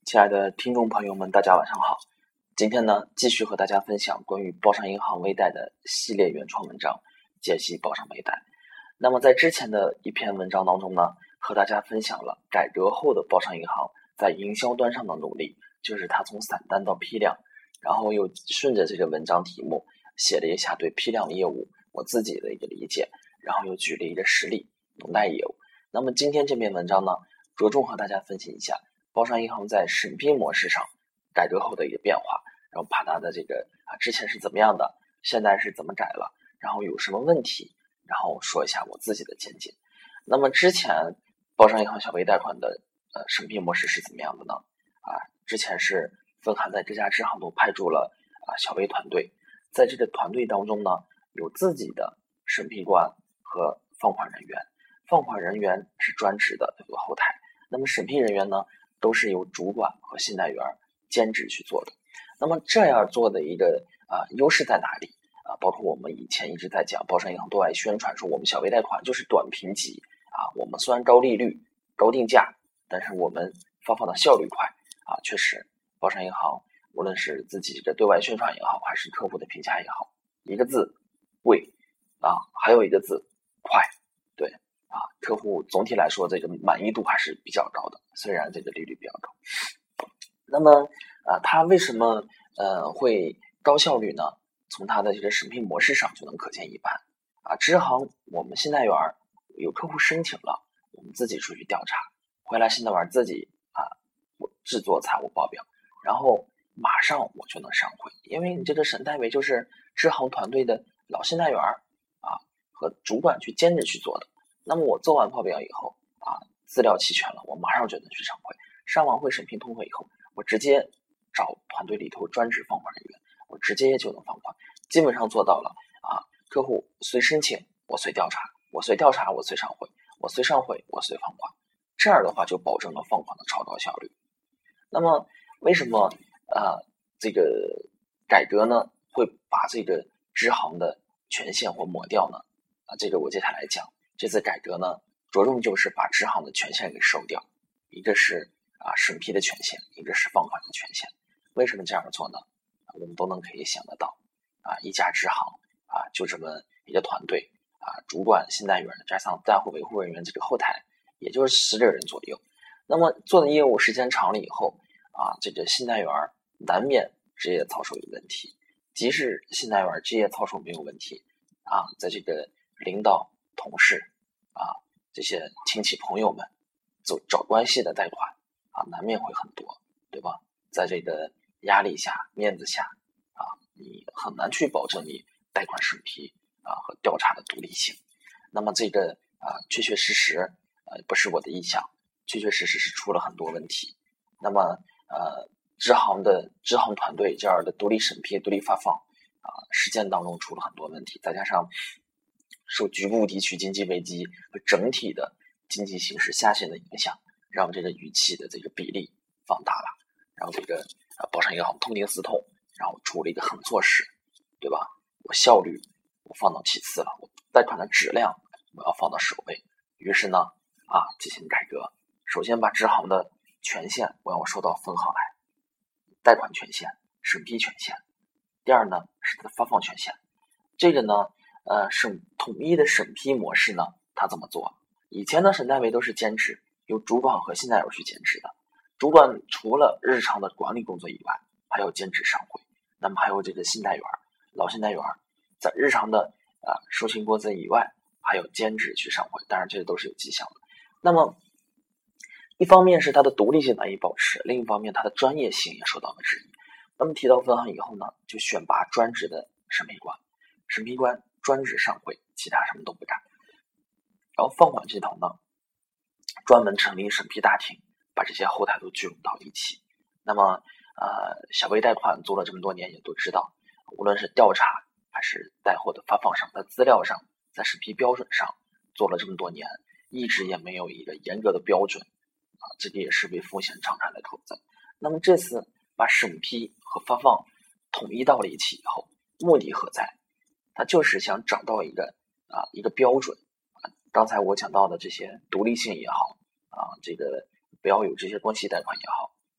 亲爱的听众朋友们，大家晚上好。今天呢，继续和大家分享关于包商银行微贷的系列原创文章，解析包商微贷。那么在之前的一篇文章当中呢，和大家分享了改革后的包商银行在营销端上的努力，就是它从散单到批量，然后又顺着这个文章题目写了一下对批量业务我自己的一个理解，然后又举了一个实例农贷业务。那么今天这篇文章呢，着重和大家分析一下包商银行在审批模式上改革后的一个变化，然后把它的这个之前是怎么样的，现在是怎么改了，然后有什么问题，然后说一下我自己的见解。那么之前包商银行小微贷款的审批模式是怎么样的呢？之前是分行在这家支行都派驻了小微团队，在这个团队当中呢，有自己的审批官和放款人员，放款人员是专职的这个后台，那么审批人员呢，都是由主管和信贷员兼职去做的。那么这样做的一个优势在哪里包括我们以前一直在讲，包商银行对外宣传说我们小微贷款就是短评级我们虽然高利率高定价，但是我们发放的效率快确实包商银行无论是自己的对外宣传也好，还是客户的评价也好，一个字贵还有一个字快，对客户总体来说这个满意度还是比较高的，虽然这个利率比较高。那么它为什么会高效率呢？从它的这个审批模式上就能可见一斑支行我们信贷员有客户申请了，我们自己出去调查，回来信贷员自己制作财务报表，然后马上我就能上会，因为你这个审代为就是支行团队的老信贷员和主管去兼职去做的。那么我做完报表以后资料齐全了，我马上就能去上会，上完会审批通过以后，我直接找团队里头专职放款人员，我直接就能放款，基本上做到了客户随申请我随调查，我随调查我随上会，我随上会我随放款，这样的话就保证了放款的超高效率。那么为什么这个改革呢会把这个支行的权限或抹掉呢？这个我接下来讲。这次改革呢，着重就是把支行的权限给收掉，一个是审批的权限，一个是放款的权限。为什么这样做呢？我们都能可以想得到一家支行就这么一个团队主管信贷员加上贷户维护人员这个后台，也就是10个人左右。那么做的业务时间长了以后这个信贷员难免职业操守有问题，即使信贷员职业操守没有问题在这个领导同事这些亲戚朋友们找关系的贷款难免会很多，对吧？在这个压力下面子下你很难去保证你贷款审批和调查的独立性。那么这个确确实实不是我的臆想，确确实实是出了很多问题。那么支行团队这样的独立审批独立发放实践当中出了很多问题，再加上受局部地区经济危机和整体的经济形势下行的影响，让这个逾期的这个比例放大了，然后这个包商银行痛定思痛，然后出了一个狠措施，对吧？我效率我放到其次了，我贷款的质量我要放到首位。于是呢进行改革，首先把支行的权限我要收到分行来，贷款权限、审批权限。第二呢是它的发放权限。这个呢统一的审批模式呢，它怎么做？以前的审代为都是兼职，由主管和信贷员去兼职的。主管除了日常的管理工作以外，还要兼职上会。那么还有这个信贷员、老信贷员，在日常的收信过资以外，还有兼职去上会。当然，这些都是有绩效的。那么，一方面是它的独立性难以保持，另一方面它的专业性也受到了质疑。那么提到分行以后呢，就选拔专职的审批官，审批官专职上会，其他什么都不干。然后放款这头呢，专门成立审批大厅，把这些后台都聚拢到一起。那么小微贷款做了这么多年，也都知道，无论是调查还是贷后的发放上，在资料上，在审批标准上做了这么多年，一直也没有一个严格的标准这个也是为风险敞开了口子。那么这次把审批和发放统一到了一起以后，目的何在？它就是想找到一个标准刚才我讲到的这些独立性也好这个不要有这些关系贷款也好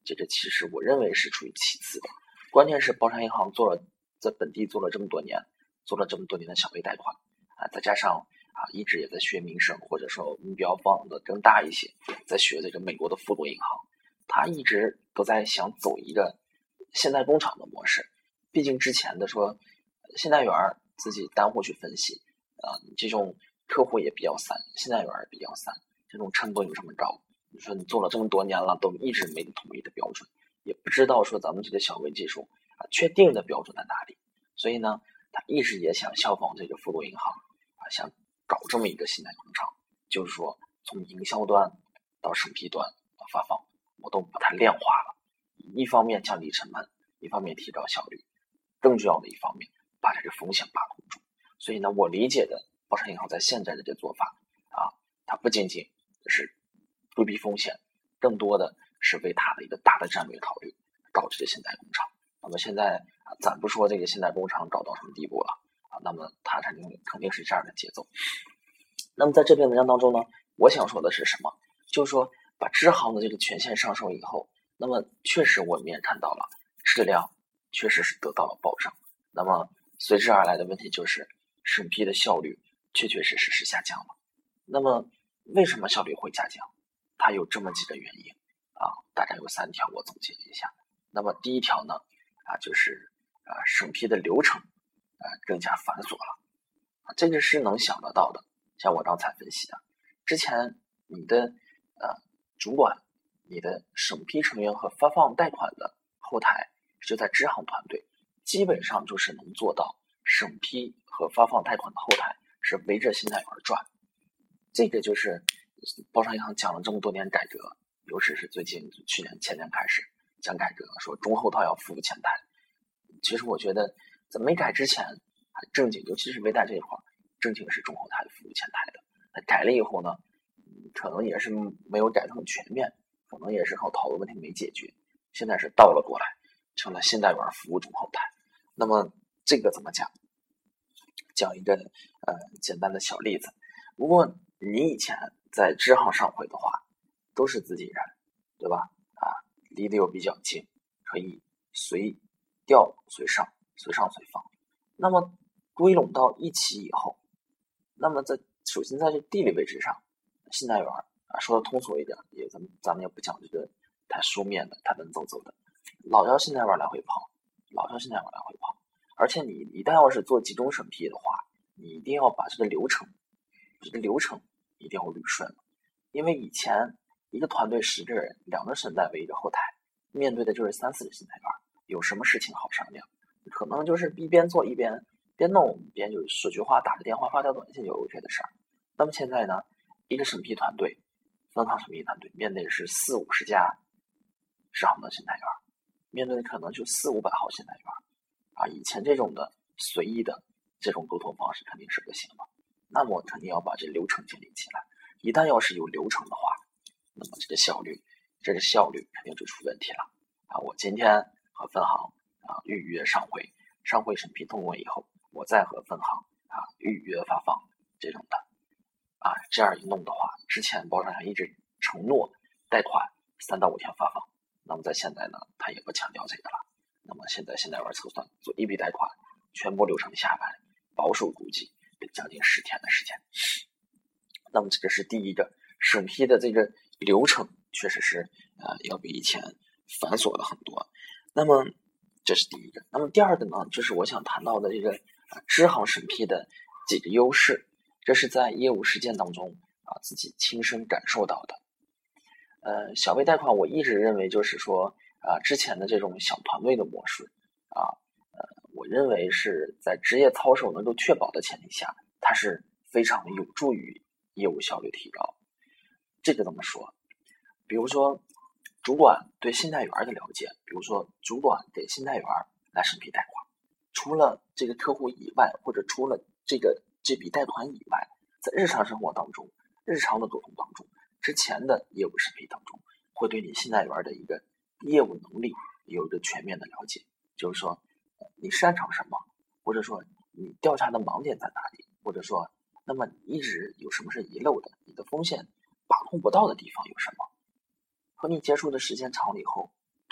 这个其实我认为是处于其次的。关键是包商银行在本地做了这么多年的小微贷款再加上一直也在学民生，或者说目标放的更大一些，在学这个美国的富国银行，他一直都在想走一个现代工厂的模式。毕竟之前的说信贷员自己单户去分析这种客户也比较散，信贷员也比较散，这种成本有这么高。你说你做了这么多年了，都一直没统一的标准，也不知道说咱们这个小微技术确定的标准在哪里。所以呢，他一直也想效仿这个富国银行想搞这么一个信贷工厂，就是说从营销端到审批端到发放，我都把它量化了。一方面降低成本，一方面提高效率，更重要的一方面把这个风险把控住。所以呢，我理解的包商银行在现在的这做法它不仅仅是规避风险，更多的是为它的一个大的战略考虑，搞这个信贷工厂。那么现在咱不说这个信贷工厂搞到什么地步了那么它肯定是这样的节奏。那么在这篇文章当中呢，我想说的是什么？就是说把支行的这个权限上收以后，那么确实我们也看到了质量确实是得到了保障。那么随之而来的问题就是审批的效率确实是下降了。那么为什么效率会下降？它有这么几个原因大概有3条，我总结了一下。那么第一条呢就是审批的流程更加繁琐了这个是能想得到的。像我刚才分析之前你的主管、你的审批成员和发放贷款的后台就在支行团队，基本上就是能做到审批和发放贷款的后台是围着信贷员转。这个就是包商银行讲了这么多年改革，尤其是最近去年前年开始讲改革，说中后台要服务前台。其实我觉得在没改之前正经，尤其是微贷这一块正经是中后台服务前台的。那改了以后呢可能也是没有改得很全面，可能也是靠讨论问题没解决，现在是倒了过来，成了信贷员服务中后台。那么这个怎么讲？讲一个简单的小例子。如果你以前在支行上会的话，都是自己人，对吧？离得又比较近，可以随调随上，随上随放。那么归拢到一起以后，那么首先在这地理位置上，信贷员说的通俗一点，咱们也不讲这个太书面的、太文绉绉的，老叫信贷员来回跑，而且你一旦要是做集中审批的话，你一定要把这个流程一定要捋顺了。因为以前一个团队10个人，2个审贷为一个后台，面对的就是3、4个信贷员，有什么事情好商量？可能就是一边做一边弄，一边就说句话、打个电话、发条短信就 OK 的事儿。那么现在呢，一个审批团队、分行审批团队面对的是40、50家支行的信贷员，面对的可能就400、500号信贷员以前这种的随意的这种沟通方式肯定是不行的。那么肯定要把这流程建立起来。一旦要是有流程的话，那么这个效率肯定就出问题了我今天和分行预约上会审批通过以后，我再和分行预约发放这种的这样一弄的话，之前包商行一直承诺贷款3到5天发放，那么在现在呢，他也不强调这个了。那么现在信贷员测算做一笔贷款，全部流程下来，保守估计得将近10天的时间。那么这个是第一个，审批的这个流程确实是要比以前繁琐了很多。那么这是第一个。那么第二个呢，就是我想谈到的这个支行审批的几个优势，这是在业务实践当中自己亲身感受到的。小微贷款我一直认为就是说之前的这种小团队的模式我认为是在职业操守能够确保的前提下，它是非常有助于业务效率提高。这个怎么说？比如说主管对信贷员的了解，比如说主管给信贷员来审批贷款，除了这个客户以外，或者除了这笔贷款以外，在日常生活当中、日常的沟通当中、之前的业务审批当中，会对你信贷员的一个业务能力有一个全面的了解。就是说你擅长什么，或者说你调查的盲点在哪里，或者说那么你一直有什么是遗漏的，你的风险把控不到的地方有什么。和你接触的时间长了以后，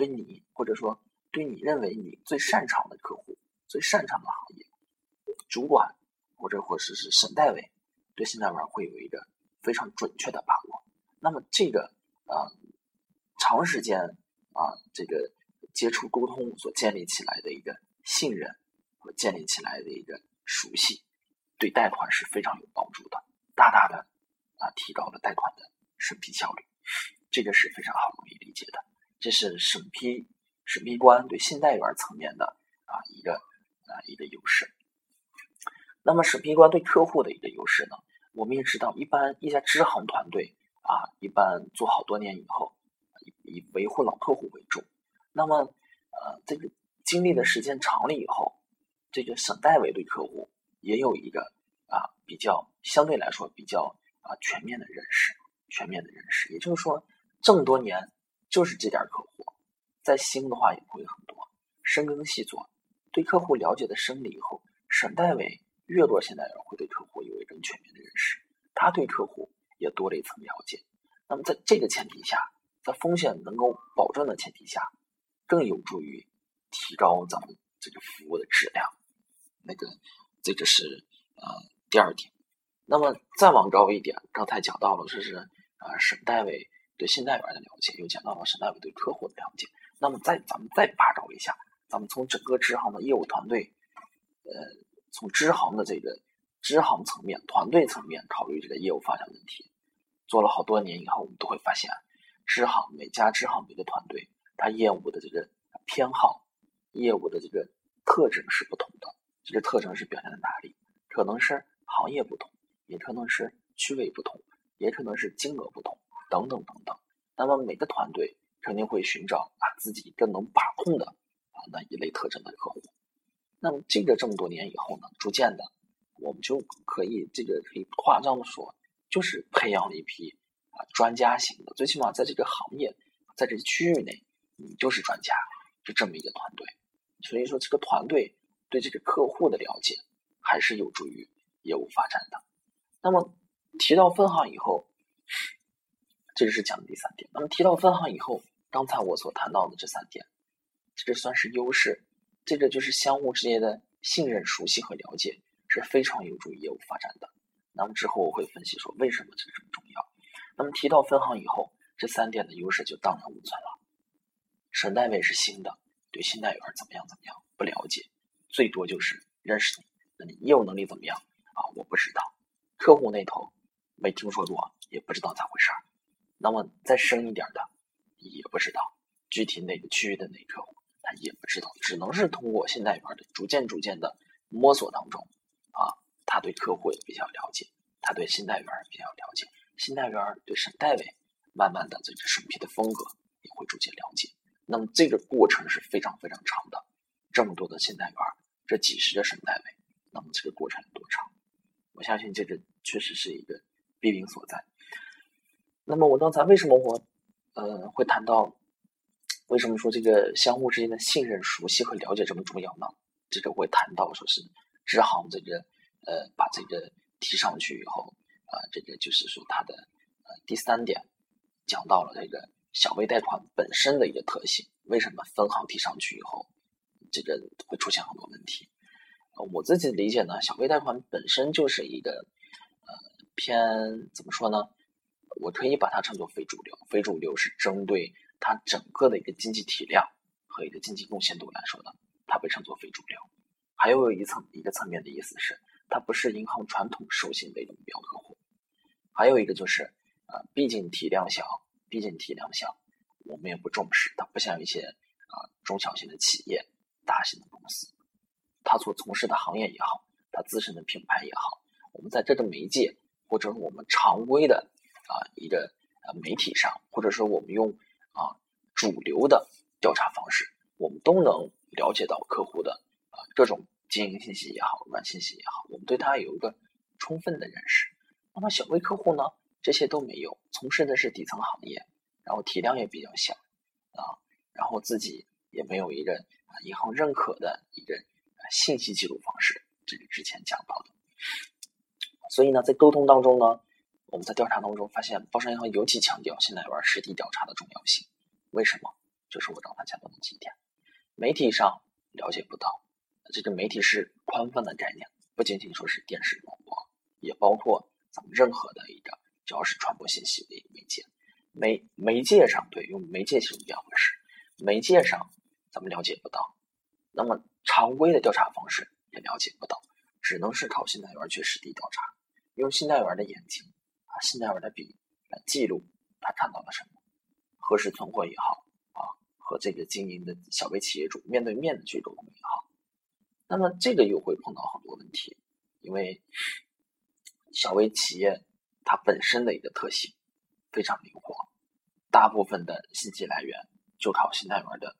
对你或者说对你认为你最擅长的客户、最擅长的行业，主管或者是省代委对信贷员会有一个非常准确的把握。那么这个长时间这个接触沟通所建立起来的一个信任和建立起来的一个熟悉，对贷款是非常有帮助的，大大的提高了贷款的审批效率，这个是非常好容易理解的。这是审批官对信贷员层面的一个优势。那么审批官对客户的一个优势呢，我们也知道，一般一家支行团队一般做好多年以后，以维护老客户为重。那么这个经历的时间长了以后，这个省代委对客户也有一个比较相对来说比较全面的认识。也就是说，这么多年就是这点客户，再新的话也不会很多。深耕细作，对客户了解的深了以后，省代委越多信贷员会对客户有一个全面的认识，他对客户也多了一层了解。那么在这个前提下，在风险能够保证的前提下，更有助于提高咱们这个服务的质量。这个是第二点。那么再往高一点，刚才讲到了是省代委对信贷员的了解，又讲到了省代委对客户的了解。那么咱们再拔高一下，咱们从整个支行的业务团队，从支行的这个支行层面、团队层面考虑这个业务发展问题。做了好多年以后，我们都会发现，每家支行每个团队，它业务的这个偏好、业务的这个特征是不同的。这个特征是表现在哪里？可能是行业不同，也可能是区位不同，也可能是金额不同，等等等等。那么每个团队肯定会寻找自己更能把控的那一类特征的客户。那么这么多年以后呢，逐渐的我们就可以夸张的说，就是培养了一批专家型的，最起码在这个行业，在这个区域内，你就是专家，就这么一个团队。所以说这个团队对这个客户的了解还是有助于业务发展的。那么提到分行以后，这是讲的第三点。那么提到分行以后，刚才我所谈到的这三点，这个算是优势，这个就是相互之间的信任、熟悉和了解是非常有助于业务发展的。那么之后我会分析说为什么这个这么重要。那么提到分行以后，这三点的优势就荡然无存了。省代委是新的，对信贷员怎么样不了解，最多就是认识你，那你业务能力怎么样我不知道。客户那头没听说过，也不知道咋回事。那么再深一点的也不知道，具体哪个区域的哪个客户他也不知道，只能是通过信贷员的逐渐的摸索当中他对客户也比较了解，他对信贷员比较了解，信贷员对省代委慢慢的这个审批的风格也会逐渐了解。那么这个过程是非常非常长的，这么多的信贷员，这几十个省代委，那么这个过程有多长？我相信这个确实是一个弊病所在。那么我刚才为什么会谈到，为什么说这个相互之间的信任、熟悉和了解这么重要呢？这个会谈到说是支行这个把这个提上去以后这个就是说它的第三点讲到了这个小微贷款本身的一个特性，为什么分行提上去以后这个会出现很多问题。我自己理解呢，小微贷款本身就是一个偏怎么说呢，我可以把它称作非主流。非主流是针对它整个的一个经济体量和一个经济贡献度来说的，它被称作非主流。还有一个层面的意思是，它不是银行传统授信类的目标客户。还有一个就是毕竟体量小，我们也不重视它，不像一些中小型的企业、大型的公司，它所从事的行业也好，它自身的品牌也好，我们在这个媒介或者我们常规的一个媒体上，或者说我们用主流的调查方式，我们都能了解到客户的各种经营信息也好，软信息也好，我们对它有一个充分的认识。那么小微客户呢，这些都没有，从事的是底层行业，然后体量也比较小然后自己也没有一个银行认可的一个信息记录方式，这个之前讲到的。所以呢，在沟通当中呢，我们在调查当中发现，包商银行尤其强调信贷员实地调查的重要性。为什么？ 就是我刚才讲到的几点。媒体上了解不到，这个媒体是宽泛的概念，不仅仅说是电视广播，也包括咱们任何的一个只要是传播信息的一个媒介。媒介上，对，用媒介是两回事，媒介上咱们了解不到，那么常规的调查方式也了解不到，只能是靠信贷员去实地调查，用信贷员的眼睛信贷员的笔来记录他看到了什么，核实存货也好和这个经营的小微企业主面对面的去沟通也好，那么这个又会碰到很多问题，因为小微企业它本身的一个特性非常灵活，大部分的信息来源就靠信贷员的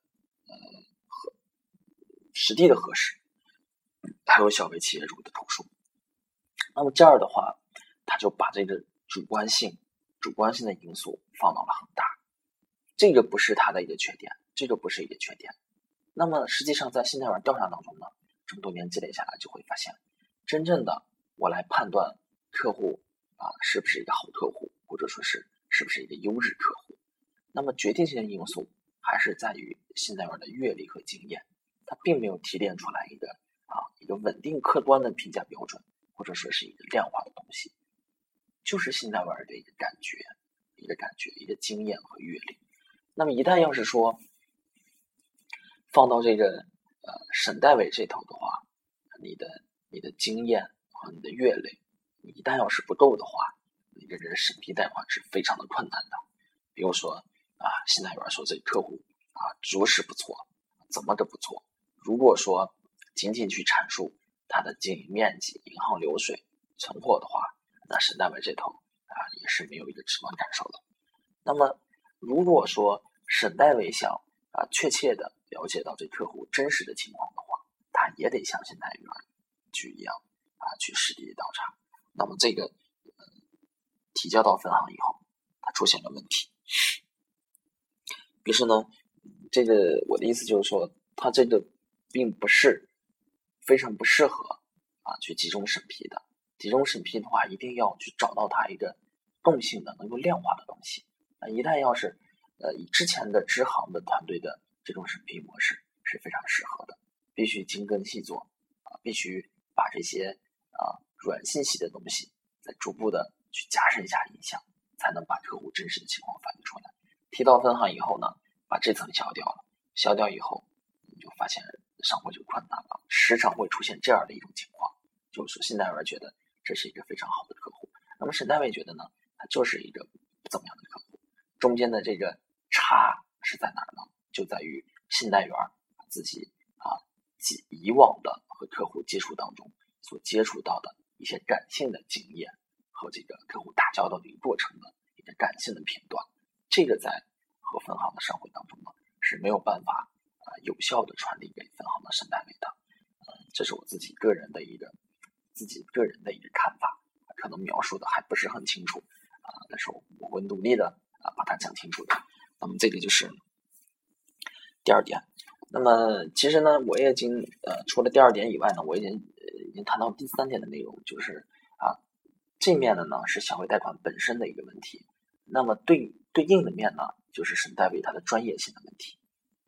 实地的核实，还有小微企业主的投诉。那么这样的话，他就把这个主观性的因素放到了很大，这个不是他的一个缺点，那么实际上在信贷员调查当中呢，这么多年积累下来，就会发现，真正的我来判断客户是不是一个好客户，或者说是不是一个优质客户，那么决定性的因素还是在于信贷员的阅历和经验，他并没有提炼出来一个稳定客观的评价标准，或者说是一个量化的东西，就是信贷员的一个感觉、一个经验和阅历。那么一旦要是说放到这个审代委这头的话，你的经验和你的阅历，你一旦要是不够的话，你这个审批贷款是非常的困难的。比如说信贷员说这个客户着实不错，怎么个不错？如果说仅仅去阐述它的经营面积、银行流水、存货的话，那审代委这头也是没有一个直观感受的。那么如果说审代委想确切的了解到这客户真实的情况的话，他也得像信贷员一样去实地调查。那么这个提交到分行以后，它出现了问题。于是呢，这个我的意思就是说，它这个并不是非常不适合去集中审批的。集中审批的话，一定要去找到它一个共性的、能够量化的东西。一旦要是以之前的支行的团队的这种审批模式是非常适合的，必须精耕细作必须把这些软信息的东西再逐步的去加深一下印象，才能把客户真实的情况反映出来。提到分行以后呢，把这层消掉了，消掉以后，你就发现上会就困难了，时常会出现这样的一种情况，就是信贷员觉得这是一个非常好的客户，那么审代委觉得呢，他就是一个不怎么样的客户，中间的这个差是在哪儿呢？就在于信贷员自己以往的和客户接触当中所接触到的一些感性的经验和这个客户打交道的一个过程的一个感性的片段，这个在和分行的商会当中呢是没有办法有效的传递给分行的审代委的。这是我自己个人的一个看法，可能描述的还不是很清楚但是我会努力的把它讲清楚的。那么这个就是第二点。那么其实呢，我也已经除了第二点以外呢，我已经谈到第三点的内容，就是这面的呢是小微贷款本身的一个问题，那么对应的面呢就是审代委它的专业性的问题。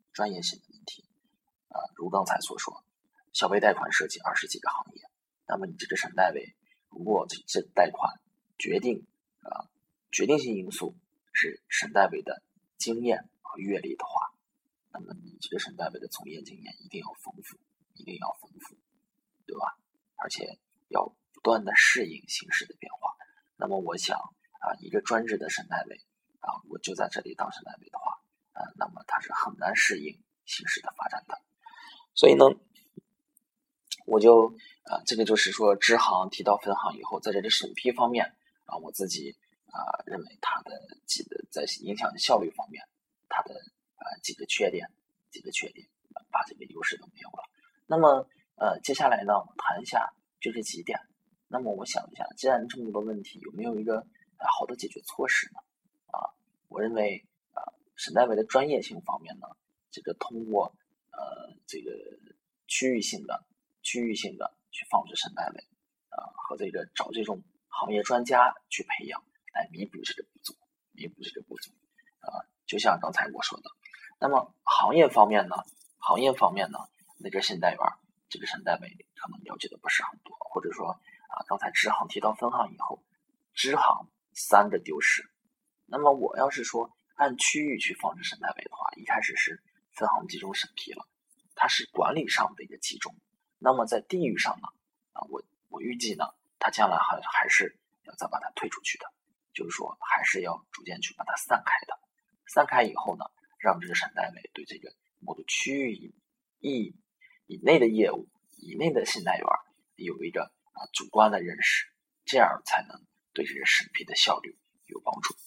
如刚才所说，小微贷款涉及20几个行业，那么你这个审代委如果这贷款决定性因素是审代委的经验和阅历的话，那么你这个审代委的从业经验一定要丰富，对吧？而且要不断的适应形势的变化。那么我想一个专职的审代委我就在这里当审代委的话那么它是很难适应形势的发展的。所以呢，我就这个就是说支行提到分行以后，在这个审批方面我自己认为它的在影响效率方面它的几个缺点，把这个优势都没有了。那么接下来呢，我谈一下就这几点。那么我想一下，既然这么多问题，有没有一个好的解决措施呢？我认为审代委的专业性方面呢，这个通过这个区域性的去放置审代委和这个找这种行业专家去培养，来弥补这个不足。就像刚才我说的， 那么行业方面呢，那个信贷员这个沈代伟可能了解的不是很多，或者说刚才支行提到分行以后，支行3个丢失。那么我要是说按区域去放置沈代伟的话，一开始是分行集中审批了，它是管理上的一个集中。那么在地域上呢，我预计呢，它将来还是要再把它推出去的，就是说还是要逐渐去把它散开的。散开以后呢，让这个沈代伟对这个某个区域以内的业务、以内的信贷员有一个主观的认识，这样才能对这个审批的效率有帮助。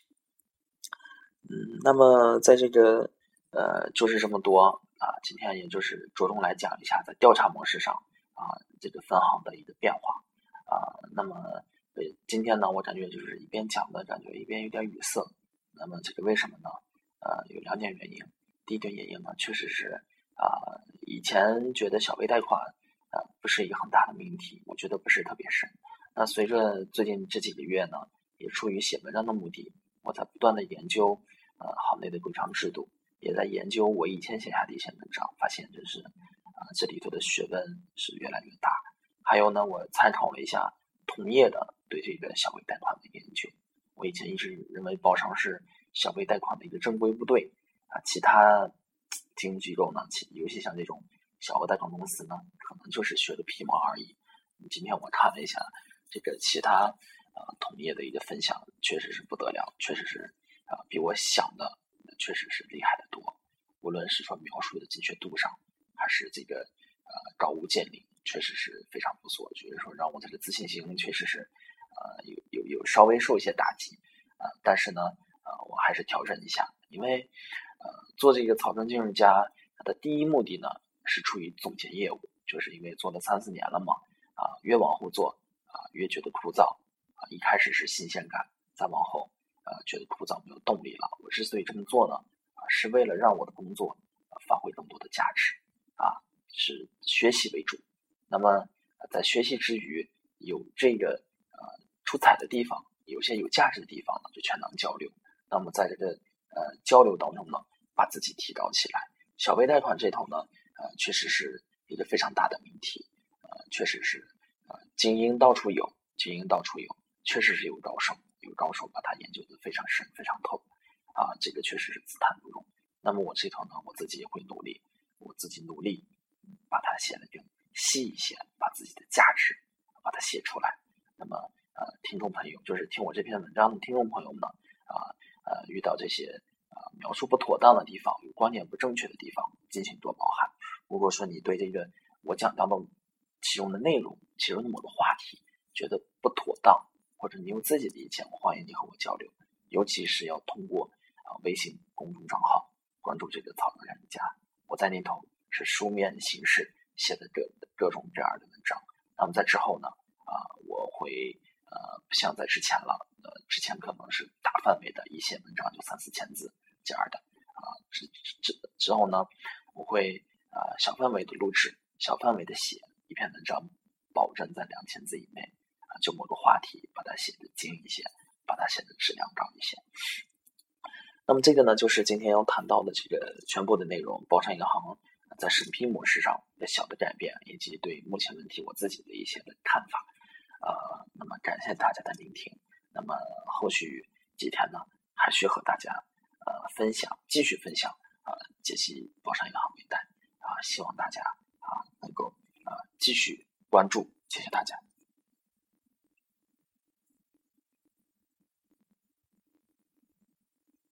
那么在这个就是这么多今天也就是着重来讲一下在调查模式上这个分行的一个变化那么今天呢，我感觉就是一边讲的感觉一边有点语塞。那么这个为什么呢？有2点原因。第一点原因呢，确实是以前觉得小微贷款不是一个很大的命题，我觉得不是特别深。那随着最近这几个月呢，也出于写文章的目的，我在不断的研究行内的规章制度，也在研究我以前写下的一些文章，发现就是这里头的学问是越来越大。还有呢，我参考了一下同业的对这个小微贷款的研究。我以前一直认为包商是小微贷款的一个正规部队其他金融机构呢，尤其像这种小额贷款公司呢，可能就是学个皮毛而已。今天我看了一下这个其他同业的一个分享，确实是不得了，确实是比我想的确实是厉害的多。无论是说描述的精确度上，还是这个高屋建瓴，确实是非常不错。就是说让我这个自信心确实是有稍微受一些打击但是呢我还是调整一下，因为做这个草根金融家它的第一目的呢是出于总结业务，就是因为做了3-4年了嘛越往后做越觉得枯燥一开始是新鲜感，再往后觉得枯燥没有动力了。我之所以这么做呢是为了让我的工作发挥更多的价值是学习为主。那么在学习之余有这个出彩的地方，有些有价值的地方呢就全当交流。那么在这个交流当中呢，把自己提高起来。小微贷款这头呢确实是一个非常大的命题确实是精英到处有，确实是有高手把它研究得非常深非常透这个确实是自叹不如。那么我这头呢，我自己也会努力把它写得更细一些，把自己的价值把它写出来。那么听众朋友，就是听我这篇文章的听众朋友们呢遇到这些描述不妥当的地方，有观点不正确的地方，敬请多包涵。如果说你对这个我讲到的其中的内容，其中的某个话题觉得不妥当，或者你有自己的意见，我欢迎你和我交流。尤其是要通过微信公众账号关注这个草根人家，我在那头是书面形式写的各种这样的文章。那么在之后呢我会不像在之前了之前可能是大范围的一些文章就3-4千字这样的之后呢我会小范围的录制，小范围的写一篇文章，保证在2000字以内就某个话题把它写的精一些，把它写的质量高一些。那么这个呢就是今天要谈到的这个全部的内容，包商银行在审批模式上的小的改变，以及对目前问题我自己的一些的看法那么感谢大家的聆听。那么后续几天呢还需和大家继续分享解析包商银行微贷希望大家能够继续关注，谢谢大家。